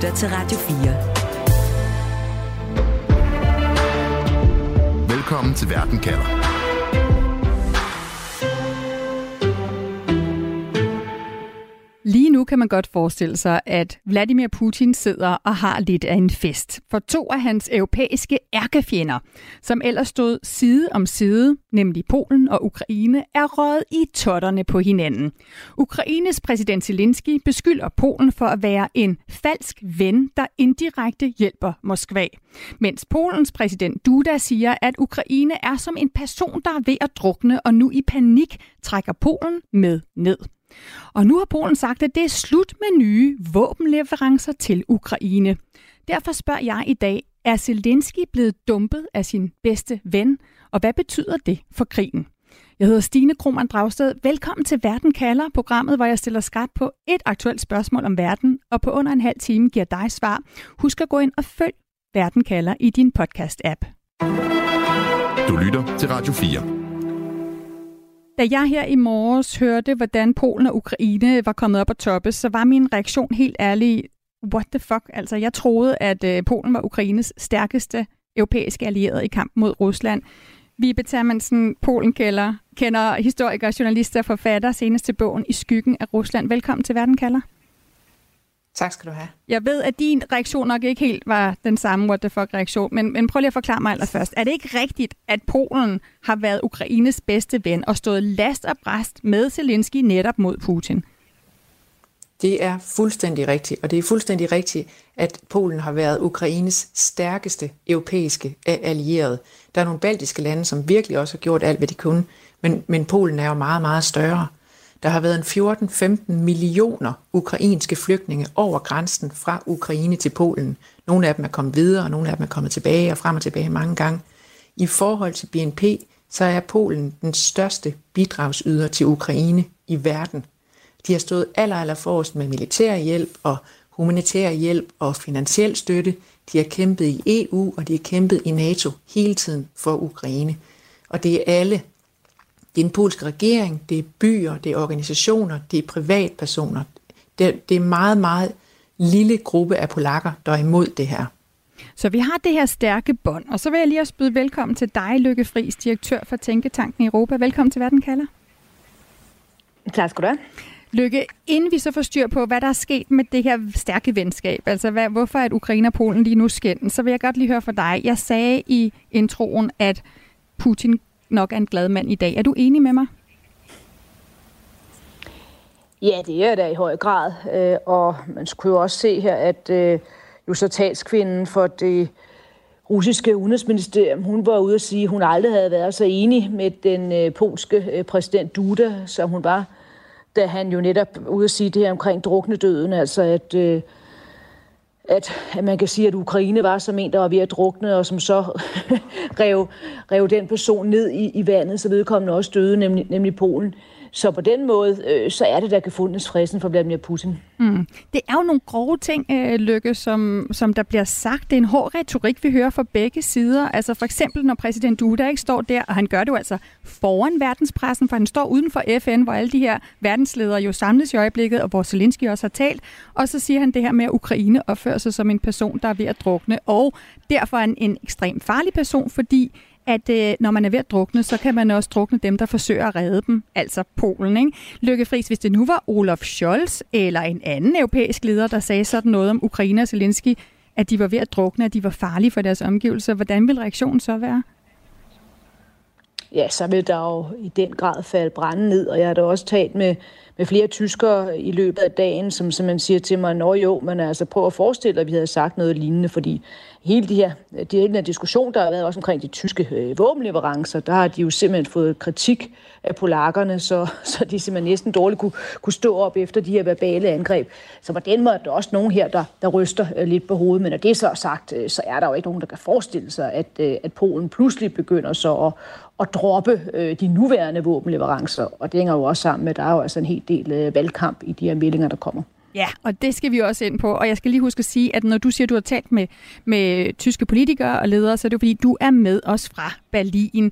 lytter til Radio 4. Velkommen til Verden kalder. Lige nu kan man godt forestille sig, at Vladimir Putin sidder og har lidt af en fest. For to af hans europæiske ærkefjender, som ellers stod side om side, nemlig Polen og Ukraine, er røget i totterne på hinanden. Ukraines præsident Zelensky beskylder Polen for at være en falsk ven, der indirekte hjælper Moskva. Mens Polens præsident Duda siger, at Ukraine er som en person, der er ved at drukne, og nu i panik trækker Polen med ned. Og nu har Polen sagt, at det er slut med nye våbenleverancer til Ukraine. Derfor spørger jeg i dag, er Zelensky blevet dumpet af sin bedste ven, og hvad betyder det for krigen? Jeg hedder Stine Krohmann Dragsted. Velkommen til Verden kalder, programmet, hvor jeg stiller skarpt på et aktuelt spørgsmål om verden, og på under en halv time giver dig svar. Husk at gå ind og følg Verden kalder i din podcast-app. Du lytter til Radio 4. Da jeg her i morges hørte, hvordan Polen og Ukraine var kommet op at toppe, så var min reaktion helt ærlig, what the fuck? Altså, jeg troede, at Polen var Ukraines stærkeste europæiske allierede i kampen mod Rusland. Vibe Termansen, Polen kender historikere, journalister og forfatter, senest til bogen I skyggen af Rusland. Velkommen til Verden kalder. Tak skal du have. Jeg ved, at din reaktion nok ikke helt var den samme what the fuck reaktion, men prøv lige at forklare mig allerførst. Er det ikke rigtigt, at Polen har været Ukraines bedste ven og stået last og brast med Zelensky netop mod Putin? Det er fuldstændig rigtigt, og det er fuldstændig rigtigt, at Polen har været Ukraines stærkeste europæiske allierede. Der er nogle baltiske lande, som virkelig også har gjort alt, hvad de kunne, men Polen er jo meget, meget større. Der har været 14-15 millioner ukrainske flygtninge over grænsen fra Ukraine til Polen. Nogle af dem er kommet videre, og nogle af dem er kommet tilbage og frem og tilbage mange gange. I forhold til BNP, så er Polen den største bidragsyder til Ukraine i verden. De har stået aller forrest med militær hjælp og humanitær hjælp og finansiel støtte. De har kæmpet i EU, og de har kæmpet i NATO hele tiden for Ukraine. Og det er alle. Det er den polske regering, det er byer, det er organisationer, det er privatpersoner. Det er en meget, meget lille gruppe af polakker, der er imod det her. Så vi har det her stærke bånd, og så vil jeg lige også byde velkommen til dig, Lykke Friis, direktør for Tænketanken Europa. Velkommen til Verden kalder. Tak skal du have. Lykke, inden vi så får styr på, hvad der er sket med det her stærke venskab, altså hvorfor er Ukraine og Polen lige nu skændes, så vil jeg godt lige høre fra dig. Jeg sagde i introen, at Putin nok er en glad mand i dag. Er du enig med mig? Ja, det er der i høj grad. Og man skulle jo også se her, at jo så talskvinden for det russiske udenrigsministerium, hun var ude at sige, at hun aldrig havde været så enig med den polske præsident Duda, som hun var, da han jo netop ude at sige det her omkring druknedøden, altså at man kan sige, at Ukraine var som en, der var ved at drukne, og som så rev den person ned i vandet, så vedkommende også døde, nemlig Polen. Så på den måde, så er det, der kan fundes fristen for Vladimir Putin. Det er jo nogle grove ting, Lykke, som der bliver sagt. Det er en hård retorik, vi hører fra begge sider. Altså for eksempel, når præsident Duda ikke står der, og han gør det jo altså foran verdenspressen, for han står uden for FN, hvor alle de her verdensledere jo samles i øjeblikket, og hvor Zelensky også har talt. Og så siger han det her med, at Ukraine opfører sig som en person, der er ved at drukne. Og derfor er han en ekstremt farlig person, fordi at når man er ved at drukne, så kan man også drukne dem, der forsøger at redde dem, altså Polen, ikke? Lykke Friis, hvis det nu var Olaf Scholz eller en anden europæisk leder, der sagde sådan noget om Ukraine og Zelensky, at de var ved at drukne, at de var farlige for deres omgivelser, hvordan vil reaktionen så være? Ja, så vil der jo i den grad falde branden ned, og jeg har da også talt med flere tyskere i løbet af dagen, som simpelthen siger til mig, nå jo, men altså prøv at forestille, at vi havde sagt noget lignende, fordi hele den her diskussion, der har været også omkring de tyske våbenleverancer, der har de jo simpelthen fået kritik af polakkerne, så de simpelthen næsten dårligt kunne stå op efter de her verbale angreb. Så på den måde er der også nogen her, der ryster lidt på hovedet, men når det så er sagt, så er der jo ikke nogen, der kan forestille sig, at Polen pludselig begynder så at droppe de nuværende våbenleverancer, og det hænger jo også sammen med, at der er jo altså en hel del valgkamp i de her meldinger, der kommer. Ja, og det skal vi også ind på. Og jeg skal lige huske at sige, at når du siger, at du har talt med tyske politikere og ledere, så er det jo fordi, du er med os fra Berlin.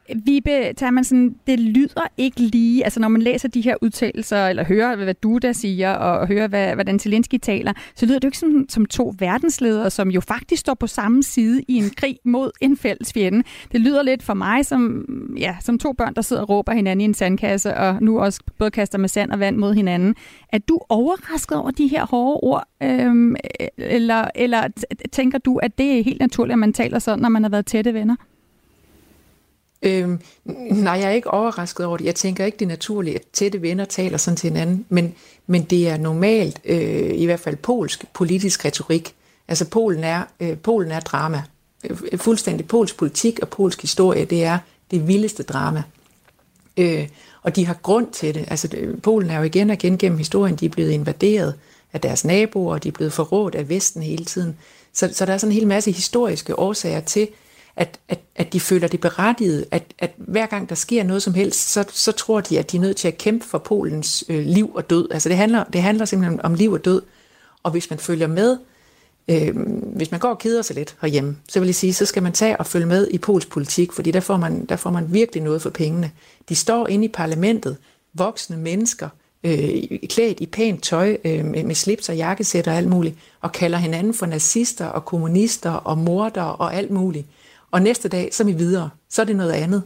Vibe Termansen, det lyder ikke lige, altså når man læser de her udtalelser, eller hører, hvad Duda siger, og hører, hvordan Zelensky taler, så lyder det jo ikke som to verdensledere, som jo faktisk står på samme side i en krig mod en fælles fjende. Det lyder lidt for mig som to børn, der sidder og råber hinanden i en sandkasse, og nu også både kaster med sand og vand mod hinanden. Er du overrasket over de her hårde ord, eller tænker du, at det er helt naturligt, at man taler sådan, når man har været tætte venner? Nej, jeg er ikke overrasket over det. Jeg tænker ikke, det er naturligt, at tætte venner taler sådan til hinanden, men det er normalt, i hvert fald polsk politisk retorik. Altså Polen er drama. Fuldstændig polsk politik og polsk historie, det er det vildeste drama. Og de har grund til det. Altså Polen er jo igen og igen gennem historien, de er blevet invaderet af deres naboer, og de er blevet forrådt af Vesten hele tiden. Så der er sådan en hel masse historiske årsager til, at de føler det berettiget, at hver gang der sker noget som helst, så tror de, at de er nødt til at kæmpe for Polens liv og død. Altså det handler simpelthen om liv og død. Og hvis man følger med, hvis man går og keder sig lidt herhjemme, så vil jeg sige, så skal man tage og følge med i polsk politik, fordi der får man virkelig noget for pengene. De står inde i parlamentet, voksne mennesker, klædt i pænt tøj, med slips og jakkesæt og alt muligt, og kalder hinanden for nazister og kommunister og mordere og alt muligt. Og næste dag, så er vi videre. Så er det noget andet.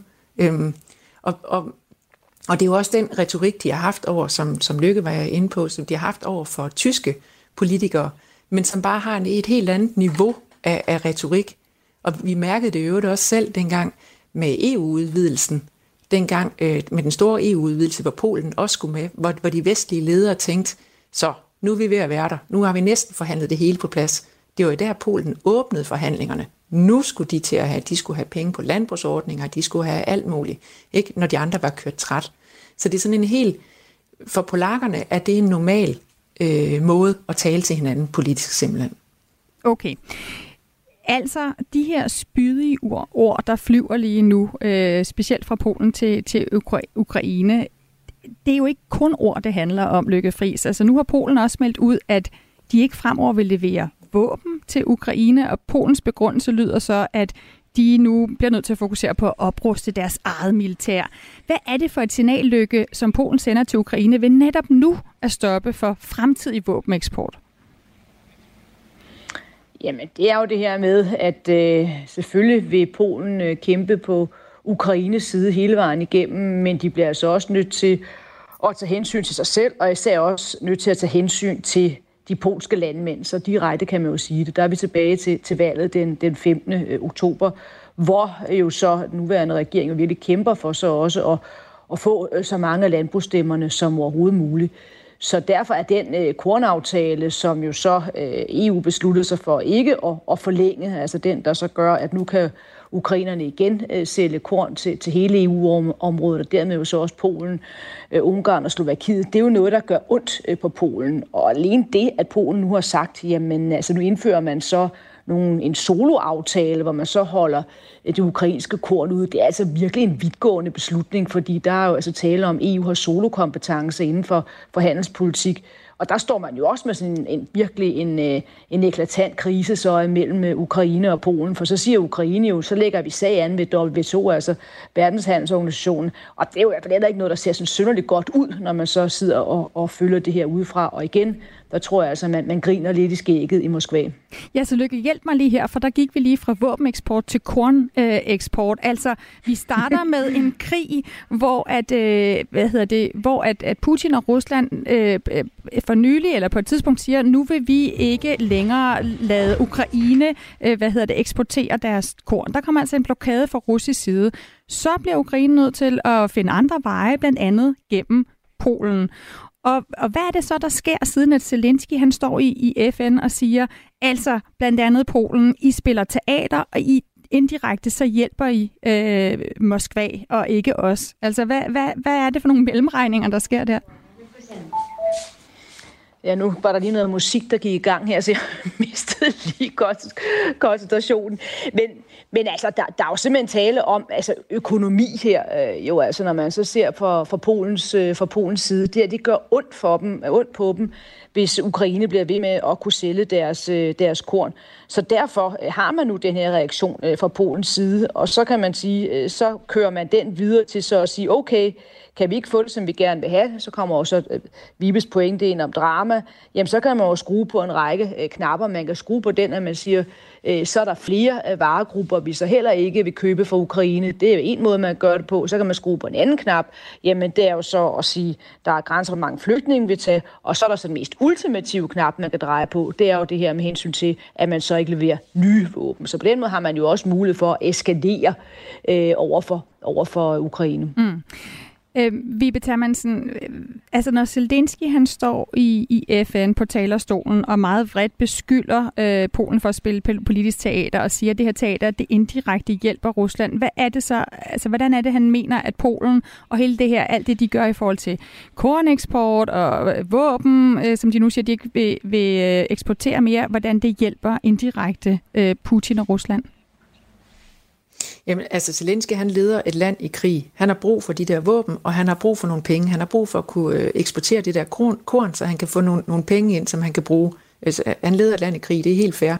Og det er jo også den retorik, de har haft over, som Lykke var jeg inde på, som de har haft over for tyske politikere, men som bare har et helt andet niveau af retorik. Og vi mærkede det jo også selv dengang med EU-udvidelsen, dengang med den store EU-udvidelse, hvor Polen også skulle med, hvor de vestlige ledere tænkte, så nu er vi ved at være der. Nu har vi næsten forhandlet det hele på plads. Det var jo der, Polen åbnede forhandlingerne. Nu skulle de skulle have penge på landbrugsordninger, de skulle have alt muligt, ikke? Når de andre var kørt træt. Så det er sådan en helt, for polakkerne er det en normal måde at tale til hinanden politisk simpelthen. Okay. Altså, de her spydige ord, der flyver lige nu, specielt fra Polen til Ukraine, det er jo ikke kun ord, det handler om, Lykke Friis. Altså, nu har Polen også meldt ud, at de ikke fremover vil levere våben til Ukraine, og Polens begrundelse lyder så, at de nu bliver nødt til at fokusere på at opruste deres eget militær. Hvad er det for et signal, Lykke, som Polen sender til Ukraine ved netop nu at stoppe for fremtidig våbeneksport? Jamen, det er jo det her med, at selvfølgelig vil Polen kæmpe på Ukraines side hele vejen igennem, men de bliver altså også nødt til at tage hensyn til sig selv, og især også nødt til at tage hensyn til de polske landmænd. Så direkte kan man jo sige det. Der er vi tilbage til valget den 15. oktober, hvor jo så den nuværende regering virkelig kæmper for så også at få så mange af landbrugsstemmerne som overhovedet muligt. Så derfor er den kornaftale, som jo så EU besluttede sig for ikke at forlænge, altså den, der så gør, at nu kan ukrainerne igen sælge korn til hele EU-området, og dermed jo så også Polen, Ungarn og Slovakiet. Det er jo noget, der gør ondt på Polen. Og alene det, at Polen nu har sagt, jamen altså nu indfører man så en soloaftale, hvor man så holder det ukrainske korn ude. Det er altså virkelig en vidtgående beslutning, fordi der er jo altså tale om, EU har solokompetence inden for handelspolitik. Og der står man jo også med sådan virkelig en eklatant krise så mellem Ukraine og Polen, for så siger Ukraine jo, så lægger vi sag an ved WTO, altså Verdenshandelsorganisationen, og det er jo i hvert fald ikke noget, der ser sådan synderligt godt ud, når man så sidder og følger det her udefra. Og igen, der tror jeg altså, at man griner lidt i skægget i Moskva. Ja, så Lykke, hjælp mig lige her, for der gik vi lige fra våbeneksport til korneksport. Altså, vi starter med en krig, hvor at Putin og Rusland for nylig, eller på et tidspunkt siger, nu vil vi ikke længere lade Ukraine eksportere deres korn. Der kommer altså en blokade fra russisk side. Så bliver Ukraine nødt til at finde andre veje, blandt andet gennem Polen. Og hvad er det så, der sker, siden at Zelensky han står i FN og siger, altså blandt andet Polen, I spiller teater, og I indirekte så hjælper I Moskva og ikke os. Altså hvad er det for nogle mellemregninger, der sker der? Ja, nu var der lige noget musik, der gik i gang her, så jeg mistede lige koncentrationen. Men altså, der er jo simpelthen tale om altså, økonomi her. Jo, altså, når man så ser fra Polens side, det gør ondt på dem, hvis Ukraine bliver ved med at kunne sælge deres korn. Så derfor har man nu den her reaktion fra Polens side, og så kan man sige, så kører man den videre til så at sige, okay, kan vi ikke få det, som vi gerne vil have, så kommer også Vibes pointe ind om drama, jamen så kan man jo skrue på en række knapper, man kan skrue på den, at man siger, så er der flere varegrupper, vi så heller ikke vil købe fra Ukraine. Det er jo en måde, man gør det på. Så kan man skrue på en anden knap. Jamen det er jo så at sige, der er grænser, hvor mange flygtninge vil tage, og så er der så den mest ultimative knap, man kan dreje på. Det er jo det her med hensyn til, at man så ikke leverer nye våben. Så på den måde har man jo også mulighed for at eskalere over for Ukraine. Mm. Vibe Termansen, altså når Zelensky han står i FN på talerstolen og meget vredt beskylder Polen for at spille politisk teater og siger, at det her teater det indirekte hjælper Rusland. Hvad er det så, altså hvordan er det, han mener, at Polen og hele det her, alt det de gør i forhold til korneksport og våben, som de nu siger, de ikke vil eksportere mere, hvordan det hjælper indirekte Putin og Rusland? Jamen, altså Zelensky, han leder et land i krig. Han har brug for de der våben, og han har brug for nogle penge. Han har brug for at kunne eksportere det der korn, så han kan få nogle penge ind, som han kan bruge. Altså, han leder et land i krig, det er helt fair.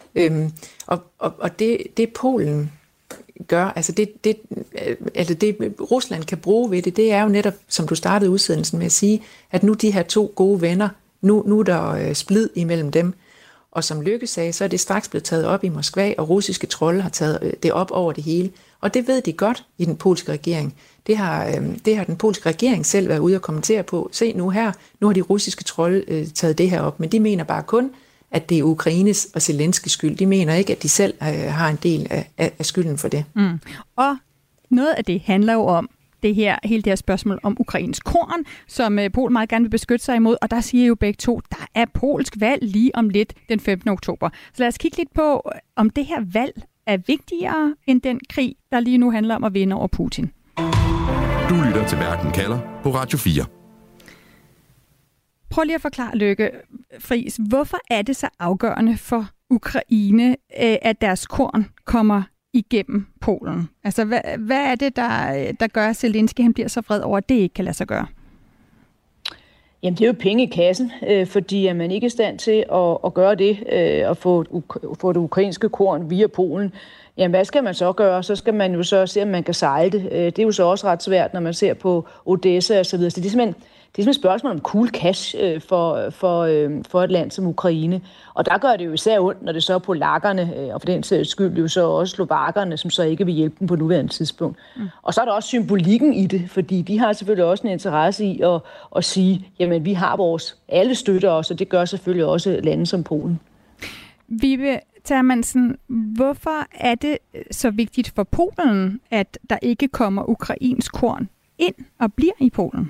Og det Polen gør, altså det Rusland kan bruge ved det er jo netop, som du startede udsendelsen med at sige, at nu de her to gode venner, nu er der splid imellem dem. Og som Lykke sagde, så er det straks blevet taget op i Moskva, og russiske trolde har taget det op over det hele. Og det ved de godt i den polske regering. Det har den polske regering selv været ude og kommentere på. Se nu her, nu har de russiske trolde taget det her op, men de mener bare kun, at det er Ukraines og Zelenskys skyld. De mener ikke, at de selv har en del af skylden for det. Mm. Og noget af det handler jo om, hele det her spørgsmål om Ukrains korn, som Polen meget gerne vil beskytte sig imod, og der siger jo begge to, der er polsk valg lige om lidt den 15. oktober. Så lad os kigge lidt på, om det her valg er vigtigere end den krig, der lige nu handler om at vinde over Putin. Du lytter til Verden kalder på Radio 4. Prøv lige at forklare, Lykke Friis, hvorfor er det så afgørende for Ukraine, at deres korn kommer igennem Polen? Altså, hvad er det, der gør, at Zelensky han bliver så vred over, at det ikke kan lade sig gøre? Jamen, det er jo penge i kassen, fordi man ikke er i stand til at gøre det, og få det ukrainske korn via Polen. Jamen, hvad skal man så gøre? Så skal man jo så se, om man kan sejle det. Det er jo så også ret svært, når man ser på Odessa og så videre. Så det er simpelthen et spørgsmål om cool cash for et land som Ukraine. Og der gør det jo især ondt, når det så er polakkerne, og for den sags skyld jo så også slovakkerne, som så ikke vil hjælpe dem på nuværende tidspunkt. Mm. Og så er der også symbolikken i det, fordi de har selvfølgelig også en interesse i at sige, jamen vi har alle støtter os, og det gør selvfølgelig også lande som Polen. Vibe Termansen, hvorfor er det så vigtigt for Polen, at der ikke kommer ukrainsk korn ind og bliver i Polen?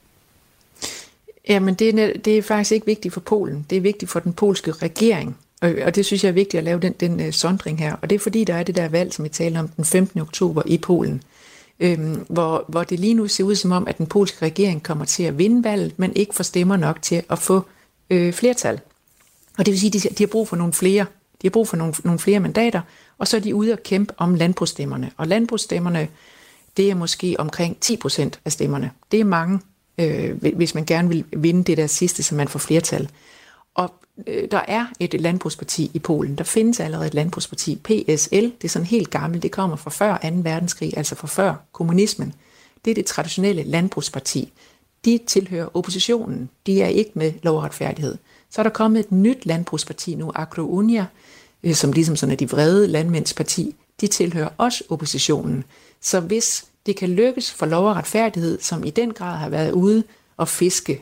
Jamen, det er faktisk ikke vigtigt for Polen. Det er vigtigt for den polske regering. Og det synes jeg er vigtigt at lave den sondring her. Og det er fordi, der er det der valg, som vi taler om den 15. oktober i Polen, hvor det lige nu ser ud som om, at den polske regering kommer til at vinde valget, men ikke får stemmer nok til at få flertal. Og det vil sige, at de har brug for nogle flere. De har brug for nogle flere mandater, og så er de ude og kæmpe om landbrugsstemmerne. Og landbrugsstemmerne, det er måske omkring 10% af stemmerne. Det er mange, hvis man gerne vil vinde det der sidste, så man får flertal. Og der er et landbrugsparti i Polen. Der findes allerede et landbrugsparti, PSL. Det er sådan helt gammelt. Det kommer fra før 2. verdenskrig, altså fra før kommunismen. Det er det traditionelle landbrugsparti. De tilhører oppositionen. De er ikke med lov og retfærdighed. Så er der kommet et nyt landbrugsparti nu, Agro-Unia, som ligesom sådan er de vrede landmændsparti. De tilhører også oppositionen. Så hvis det kan lykkes for lov og retfærdighed, som i den grad har været ude og fiske,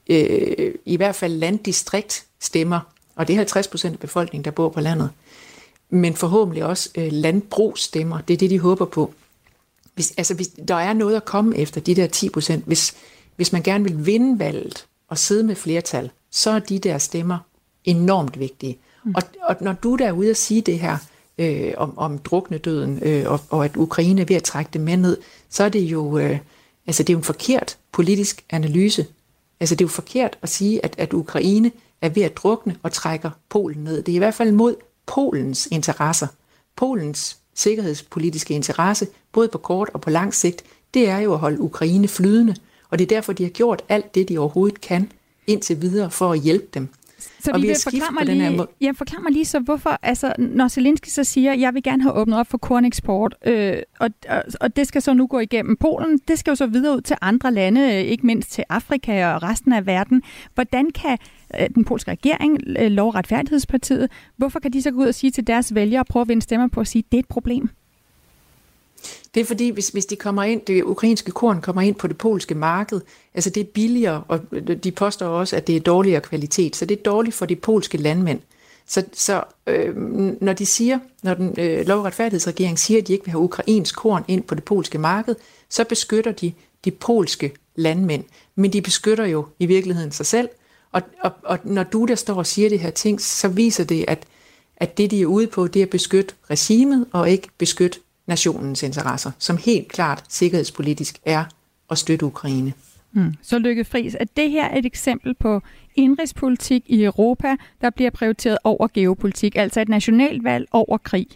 i hvert fald landdistriktstemmer, og det er 50% af befolkningen, der bor på landet, men forhåbentlig også landbrugsstemmer, det er det, de håber på. Hvis der er noget at komme efter de der 10%, hvis man gerne vil vinde valget og sidde med flertal, så er de der stemmer enormt vigtige. Og når du der er ude at sige det her, om druknedøden, og at Ukraine er ved at trække det med ned, så er det jo, det er jo en forkert politisk analyse. Altså det er jo forkert at sige, at Ukraine er ved at drukne og trækker Polen ned. Det er i hvert fald mod Polens interesser. Polens sikkerhedspolitiske interesse, både på kort og på lang sigt, det er jo at holde Ukraine flydende. Og det er derfor, de har gjort alt det, de overhovedet kan indtil videre for at hjælpe dem. Så vi vil forklare mig lige så, hvorfor, altså, når Zelensky så siger, at jeg vil gerne have åbnet op for korneksport, og det skal så nu gå igennem Polen, det skal jo så videre ud til andre lande, ikke mindst til Afrika og resten af verden. Hvordan kan den polske regering, Lov- og Retfærdighedspartiet, hvorfor kan de så gå ud og sige til deres vælgere og prøve at vinde stemmer på at sige, at det er et problem? Det er fordi, hvis de kommer ind, det ukrainske korn kommer ind på det polske marked, altså det er billigere, og de påstår også, at det er dårligere kvalitet, så det er dårligt for de polske landmænd. Så når de siger, når den Lov- og Retfærdighedsregering siger, at de ikke vil have ukrainsk korn ind på det polske marked, så beskytter de polske landmænd, men de beskytter jo i virkeligheden sig selv, og når du der står og siger det her ting, så viser det, at det de er ude på, det er at beskytte regimet og ikke beskytte nationens interesser, som helt klart sikkerhedspolitisk er at støtte Ukraine. Så Lykke Friis, at det her er et eksempel på indrigspolitik i Europa, der bliver prioriteret over geopolitik, altså et nationalt valg over krig?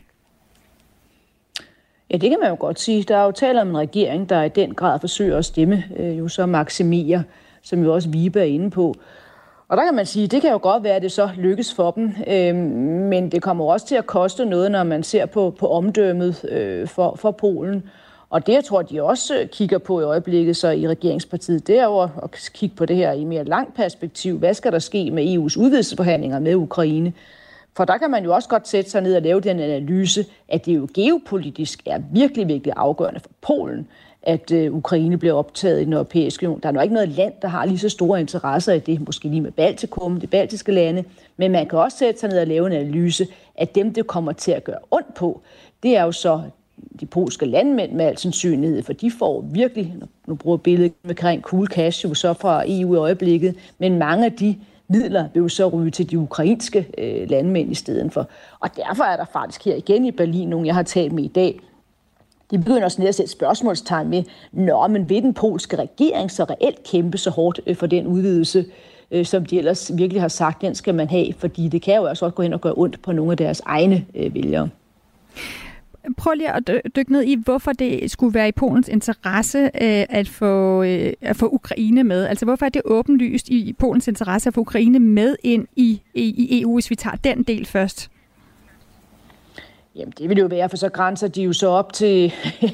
Ja, det kan man jo godt sige. Der er jo tale om en regering, der i den grad forsøger at stemme, jo så maksimere, som jo også Vibe er inde på. Og der kan man sige, at det kan jo godt være, at det så lykkes for dem, men det kommer også til at koste noget, når man ser på omdømmet for Polen. Og det, jeg tror, de også kigger på i øjeblikket så i regeringspartiet, det er jo at kigge på det her i mere langt perspektiv. Hvad skal der ske med EU's udvidelsesforhandlinger med Ukraine? For der kan man jo også godt sætte sig ned og lave den analyse, at det jo geopolitisk er virkelig, virkelig afgørende for Polen, at Ukraine bliver optaget i den europæiske union. Der er nok ikke noget land, der har lige så store interesser i det, måske lige med Baltikum, de baltiske lande, men man kan også sætte sig ned og lave en analyse, at dem, det kommer til at gøre ondt på, det er jo så de polske landmænd med al sandsynlighed, for de får virkelig, nu bruger billedet med cool cash jo så fra EU i øjeblikket, men mange af de midler vil jo så ryge til de ukrainske landmænd i stedet for. Og derfor er der faktisk her igen i Berlin nogen, jeg har talt med i dag, de begynder også at sætte spørgsmålstegn med, men vil den polske regering så reelt kæmpe så hårdt for den udvidelse, som de ellers virkelig har sagt, den skal man have, fordi det kan jo også gå hen og gøre ondt på nogle af deres egne vælgere. Prøv lige at dykke ned i, hvorfor det skulle være i Polens interesse at få Ukraine med. Altså hvorfor er det åbenlyst i Polens interesse at få Ukraine med ind i EU, hvis vi tager den del først? Jamen det vil jo være, for så grænser de jo så op til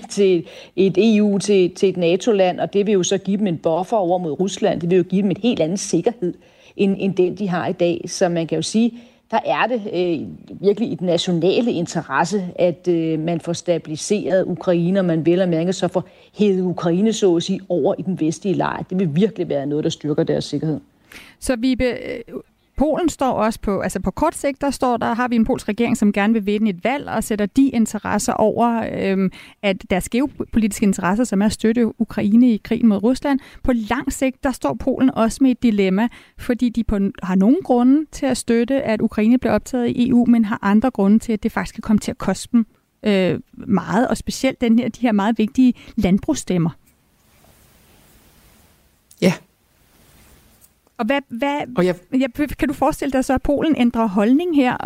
et EU, til et NATO-land, og det vil jo så give dem en buffer over mod Rusland. Det vil jo give dem en helt anden sikkerhed, end den de har i dag. Så man kan jo sige, der er det virkelig i den nationale interesse, at man får stabiliseret Ukraine, og man vel og mærke så får hævet Ukraine, så at sige, over i den vestlige lejr. Det vil virkelig være noget, der styrker deres sikkerhed. Så Polen står også på kort sigt, har vi en polsk regering, som gerne vil vinde et valg og sætter de interesser over, at deres geopolitiske interesser, som er at støtte Ukraine i krigen mod Rusland. På lang sigt, der står Polen også med et dilemma, fordi de har nogle grunde til at støtte, at Ukraine bliver optaget i EU, men har andre grunde til, at det faktisk kan komme til at koste dem meget, og specielt de her meget vigtige landbrugsstemmer. Ja. Og kan du forestille dig så, at Polen ændrer holdning her?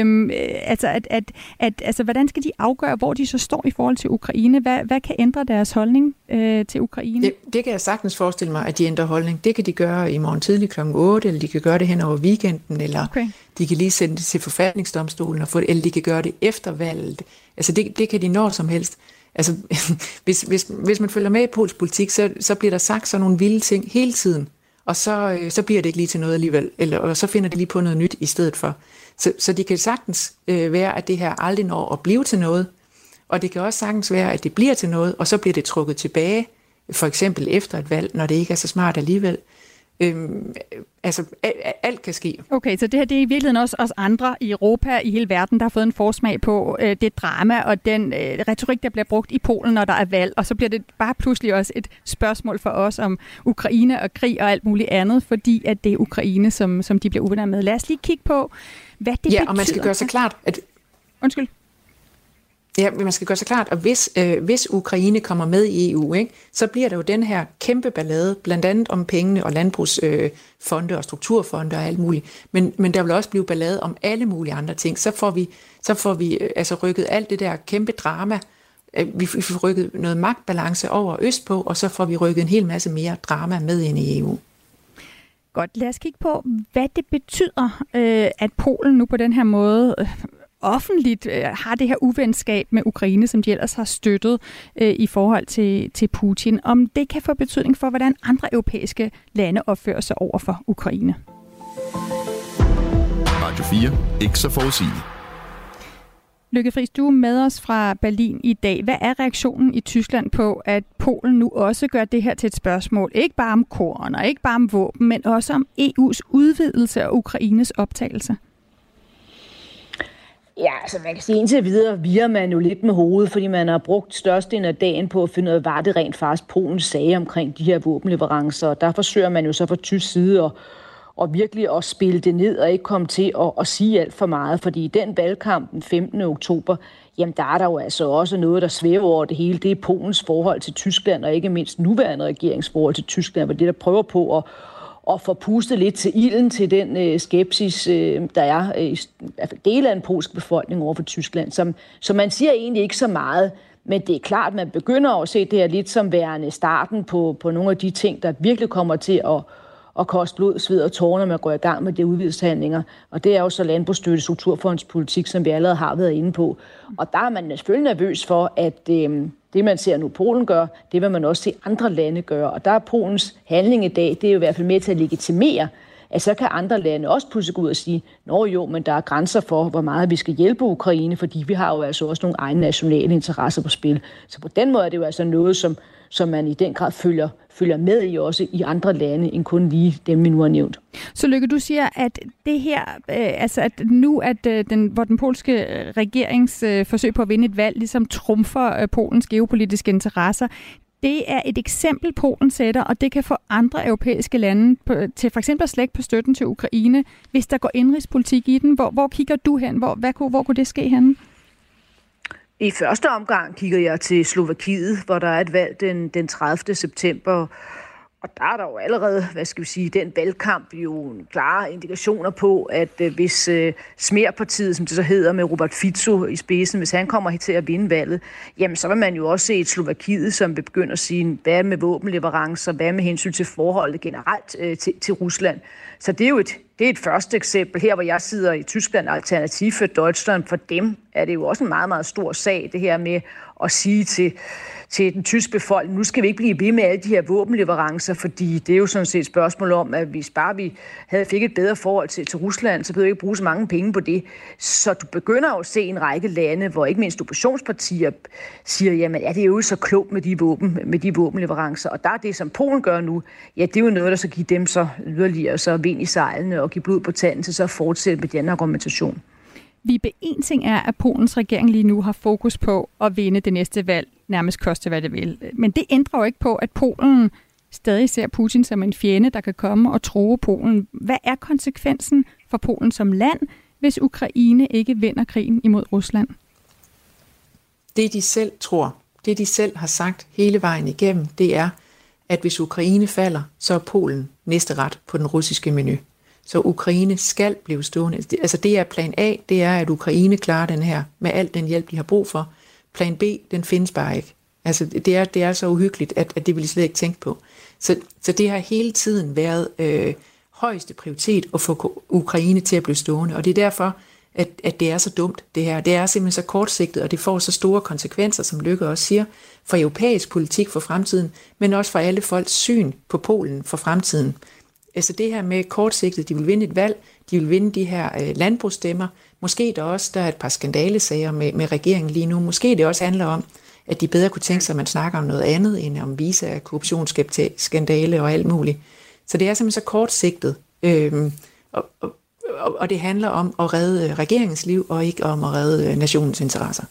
Altså, hvordan skal de afgøre, hvor de så står i forhold til Ukraine? Hvad kan ændre deres holdning til Ukraine? Det kan jeg sagtens forestille mig, at de ændrer holdning. Det kan de gøre i morgen tidlig kl. 8, eller de kan gøre det hen over weekenden, eller de kan lige sende det til forfatningsdomstolen, eller de kan gøre det efter valget. Altså, det kan de når som helst. Altså, hvis man følger med i polsk politik, så bliver der sagt sådan nogle vilde ting hele tiden. Og så bliver det ikke lige til noget alligevel, og så finder de lige på noget nyt i stedet for. Så det kan sagtens være, at det her aldrig når at blive til noget, og det kan også sagtens være, at det bliver til noget, og så bliver det trukket tilbage, for eksempel efter et valg, når det ikke er så smart alligevel. Altså, alt kan ske. Okay, så det her det er i virkeligheden også os andre i Europa, i hele verden, der har fået en forsmag på det drama og den retorik, der bliver brugt i Polen, når der er valg, og så bliver det bare pludselig også et spørgsmål for os om Ukraine og krig og alt muligt andet, fordi at det er Ukraine, som de bliver uvenner med. Lad os lige kigge på, hvad det betyder. Ja, og man skal gøre sig klart, at... Undskyld. Ja, man skal gøre sig klart, at hvis Ukraine kommer med i EU, ikke, så bliver der jo den her kæmpe ballade, blandt andet om pengene og landbrugsfonde og strukturfonde og alt muligt. Men der vil også blive ballade om alle mulige andre ting. Så får vi altså rykket alt det der kæmpe drama. Vi får rykket noget magtbalance over østpå, og så får vi rykket en hel masse mere drama med ind i EU. Godt, lad os kigge på, hvad det betyder, at Polen nu på den her måde offentligt har det her uvenskab med Ukraine, som de ellers har støttet i forhold til Putin. Om det kan få betydning for, hvordan andre europæiske lande opfører sig over for Ukraine. Radio 4. Ikke så forudsigende. Lykke Friis, du er med os fra Berlin i dag. Hvad er reaktionen i Tyskland på, at Polen nu også gør det her til et spørgsmål? Ikke bare om korn og ikke bare om våben, men også om EU's udvidelse og Ukraines optagelse? Ja, altså man kan sige, indtil videre virrer man jo lidt med hovedet, fordi man har brugt størstedelen af dagen på at finde ud af, hvad det rent faktisk Polens sag omkring de her våbenleverancer. Og der forsøger man jo så fra tysk side og virkelig at spille det ned og ikke komme til at sige alt for meget. Fordi i den valgkamp den 15. oktober, jamen der er der jo altså også noget, der svæver over det hele. Det er Polens forhold til Tyskland, og ikke mindst nuværende regeringsforhold til Tyskland, hvor det der prøver på at få pustet lidt til ilden til den skepsis, der er i hvert fald dele af den polske befolkning over for Tyskland. Så man siger egentlig ikke så meget, men det er klart, at man begynder at se det her lidt som værende starten på nogle af de ting, der virkelig kommer til at koste blod, sved og tårer, når man går i gang med de udvidelseshandlinger. Og det er jo så landbrugsstøtte, strukturfondspolitik, som vi allerede har været inde på. Og der er man selvfølgelig nervøs for, at det, man ser nu Polen gør, det vil man også se andre lande gøre. Og der er Polens handling i dag, det er jo i hvert fald med til at legitimere, at så kan andre lande også pludselig gå ud og sige, nå jo, men der er grænser for, hvor meget vi skal hjælpe Ukraine, fordi vi har jo altså også nogle egne nationale interesser på spil. Så på den måde er det jo altså noget, som man i den grad følger med i også i andre lande, end kun lige dem, vi nu har nævnt. Så Lykke, du siger, at det her, altså at nu, hvor den polske regerings forsøg på at vinde et valg, ligesom trumfer Polens geopolitiske interesser, det er et eksempel, Polen sætter, og det kan få andre europæiske lande til for eksempel at slække på støtten til Ukraine, hvis der går indrigspolitik i den. Hvor kigger du hen? Hvor kunne det ske henne? I første omgang kigger jeg til Slovakiet, hvor der er et valg den 30. september. Og der er der jo allerede, den valgkamp jo klare indikationer på, at hvis Smerpartiet, som det så hedder, med Robert Fico i spidsen, hvis han kommer til at vinde valget, jamen så vil man jo også se et Slovakiet, som vil begynde at sige, hvad med våbenleverancer, hvad med hensyn til forholdet generelt til Rusland. Så det er jo et første eksempel. Her, hvor jeg sidder i Tyskland, Alternativ for Deutschland, for dem er det jo også en meget, meget stor sag, det her med at sige til den tyske befolkning, nu skal vi ikke blive ved med alle de her våbenleverancer, fordi det er jo sådan set et spørgsmål om, at hvis bare vi fik et bedre forhold til Rusland, så behøver vi ikke bruge så mange penge på det. Så du begynder jo at se en række lande, hvor ikke mindst oppositionspartier siger, jamen er det jo så klogt med de våbenleverancer. Og der er det, som Polen gør nu, ja, det er jo noget, der så giver dem så yderligere så vind i sejlene og give blod på tanden til så at fortsætte med den argumentation. Vibe, en ting er, at Polens regering lige nu har fokus på at vinde det næste valg, nærmest koste hvad det vil. Men det ændrer jo ikke på, at Polen stadig ser Putin som en fjende, der kan komme og true Polen. Hvad er konsekvensen for Polen som land, hvis Ukraine ikke vinder krigen imod Rusland? Det de selv tror, det de selv har sagt hele vejen igennem, det er, at hvis Ukraine falder, så er Polen næste ret på den russiske menu. Så Ukraine skal blive stående. Altså det er plan A, det er, at Ukraine klarer den her med al den hjælp, de har brug for. Plan B, den findes bare ikke. Altså det er så uhyggeligt, at det vil de slet ikke tænke på. Så det har hele tiden været højeste prioritet at få Ukraine til at blive stående. Og det er derfor, at det er så dumt, det her. Det er simpelthen så kortsigtet, og det får så store konsekvenser, som Lykke også siger, for europæisk politik for fremtiden, men også for alle folks syn på Polen for fremtiden. Altså det her med kortsigtet, de vil vinde et valg, de vil vinde de her landbrugsstemmer. Måske der er et par skandalesager med regeringen lige nu. Måske det også handler om, at de bedre kunne tænke sig, at man snakker om noget andet, end om visa, korruptionsskandale og alt muligt. Så det er simpelthen så kortsigtet, og det handler om at redde regeringens liv, og ikke om at redde nationens interesser.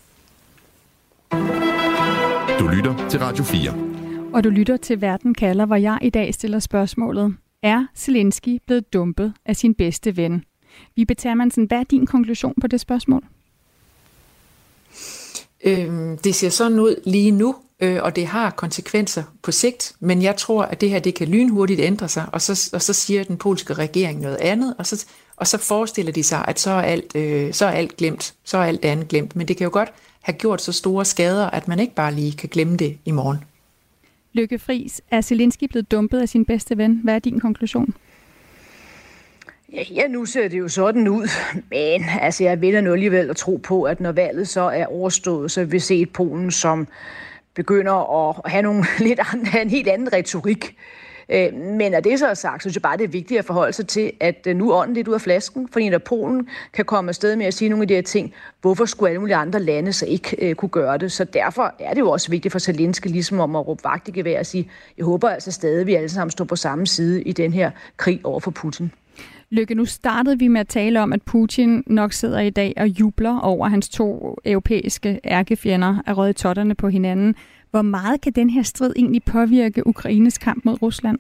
Du lytter til Radio 4. Og du lytter til Verden kalder, hvor jeg i dag stiller spørgsmålet: Er Zelensky blevet dumpet af sin bedste ven? Vibe Termansen, hvad er din konklusion på det spørgsmål? Det ser sådan ud lige nu, og det har konsekvenser på sigt, men jeg tror, at det her det kan lynhurtigt ændre sig, og så siger den polske regering noget andet, og så forestiller de sig, at så er alt glemt, så er alt andet glemt. Men det kan jo godt have gjort så store skader, at man ikke bare lige kan glemme det i morgen. Lykke Friis, er Zelensky blevet dumpet af sin bedste ven? Hvad er din konklusion? Ja, nu ser det jo sådan ud, men altså, jeg vælger nu alligevel at tro på, at når valget så er overstået, så vil vi se et Polen, som begynder at have en helt anden retorik. Men når det så er sagt, så synes jeg bare, det er vigtigt at forholde sig til, at nu er ånden lidt ud af flasken, fordi når Polen kan komme afsted med at sige nogle af de her ting, hvorfor skulle alle mulige andre lande så ikke kunne gøre det? Så derfor er det jo også vigtigt for Zelensky ligesom om at råbe vagt i gevær og sige, jeg håber altså stadig, at vi alle sammen står på samme side i den her krig over for Putin. Lykke, nu startede vi med at tale om, at Putin nok sidder i dag og jubler over, at hans 2 europæiske ærkefjender er røget i totterne på hinanden. Hvor meget kan den her strid egentlig påvirke Ukraines kamp mod Rusland?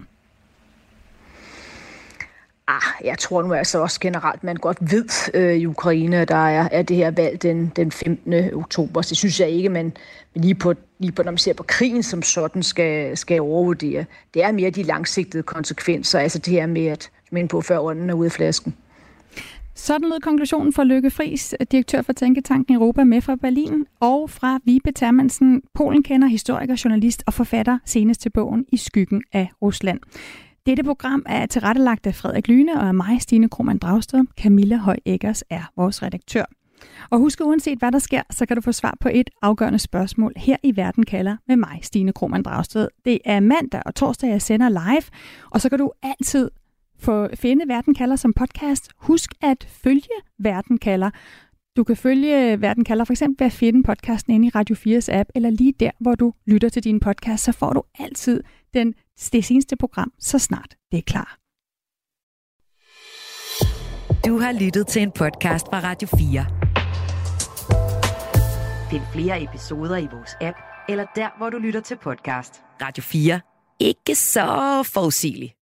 Jeg tror nu altså også generelt, man godt ved i Ukraine, at der er det her valg den 15. oktober. Så det synes jeg ikke, man lige på, når man ser på krigen som sådan, skal overvurdere. Det er mere de langsigtede konsekvenser, altså det her med at på før ånden er ude af flasken. Sådan lød konklusionen fra Lykke Friis, direktør for Tænketanken Europa med fra Berlin, og fra Vibe Termansen, Polen-kender, historiker, journalist og forfatter, senest til bogen I skyggen af Rusland. Dette program er tilrettelagt af Frederik Lyne og af mig, Stine Krohmann Dragsted. Camilla Høj Eggers er vores redaktør. Og husk, uanset hvad der sker, så kan du få svar på et afgørende spørgsmål her i Verden kalder med mig, Stine Krohmann Dragsted. Det er mandag og torsdag, jeg sender live, og så kan du altid finde Verden kalder som podcast. Husk at følge Verden kalder. Du kan følge Verden kalder for eksempel ved at finde podcasten inde i Radio 4's app, eller lige der, hvor du lytter til din podcast, så får du altid det seneste program, så snart det er klar. Du har lyttet til en podcast fra Radio 4. Find flere episoder i vores app, eller der, hvor du lytter til podcast. Radio 4. Ikke så forudsigeligt.